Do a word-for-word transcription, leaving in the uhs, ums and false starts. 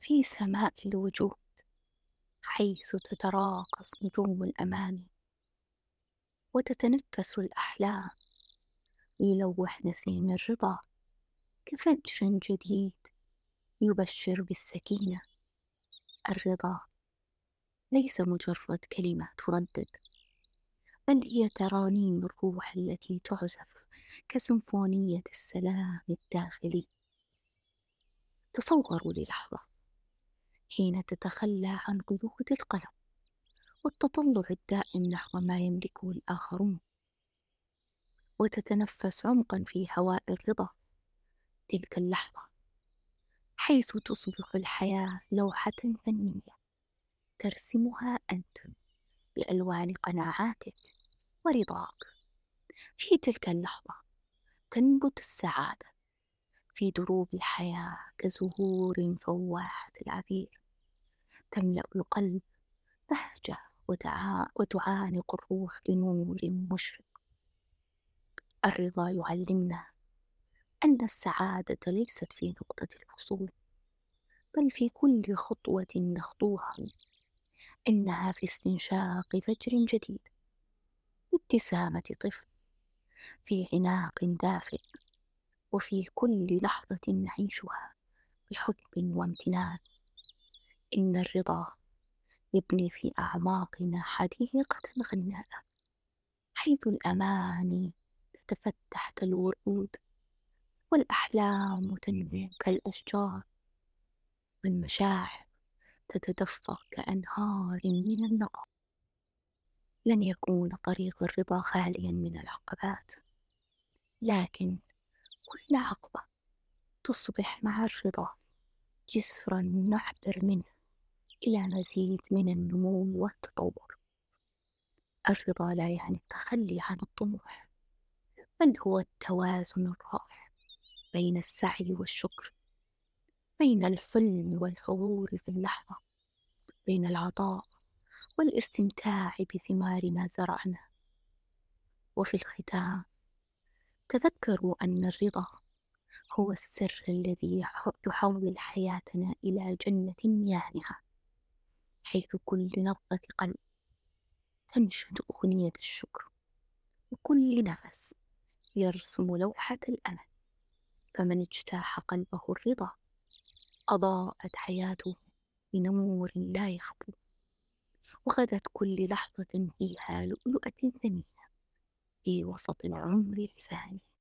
في سماء الوجود، حيث تتراقص نجوم الأماني وتتنفس الأحلام، يلوح نسيم الرضا كفجر جديد يبشر بالسكينة. الرضا ليس مجرد كلمة تردد، بل هي ترانيم الروح التي تعزف كسيمفونية السلام الداخلي. تصوروا للحظة حين تتخلى عن قيود القلم والتطلع الدائم نحو ما يملكه الآخرون، وتتنفس عمقا في هواء الرضا. تلك اللحظة حيث تصبح الحياة لوحة فنية ترسمها أنت بألوان قناعاتك ورضاك. في تلك اللحظة تنبت السعادة في دروب الحياة كزهور فواحة العبير، تملأ القلب بهجة وتعا- وتعانق الروح بنور مشرق. الرضا يعلمنا أن السعادة ليست في نقطة الوصول، بل في كل خطوة نخطوها. إنها في استنشاق فجر جديد، في ابتسامة طفل، في عناق دافئ، وفي كل لحظة نعيشها بحب وامتنان. إن الرضا يبني في أعماقنا حديقة غناءة، حيث الأماني تتفتح كالورود، والأحلام تنمو كالأشجار، والمشاعر تتدفق كأنهار من النقاء. لن يكون طريق الرضا خاليا من العقبات، لكن كل عقبة تصبح مع الرضا جسرا نعبر منه إلى مزيد من النمو والتطور. الرضا لا يعني التخلي عن الطموح، بل هو التوازن الرائع بين السعي والشكر، بين الحلم والحضور في اللحظة، بين العطاء والاستمتاع بثمار ما زرعنا. وفي الختام، تذكروا أن الرضا هو السر الذي يح- يحول حياتنا إلى جنة يانعة، حيث كل نبضة قلب تنشد أغنية الشكر، وكل نفس يرسم لوحة الأمل. فمن اجتاح قلبه الرضا أضاءت حياته بنور لا يخبو، وغدت كل لحظة فيها لؤلؤة ثمينة في وسط العمر الفاني.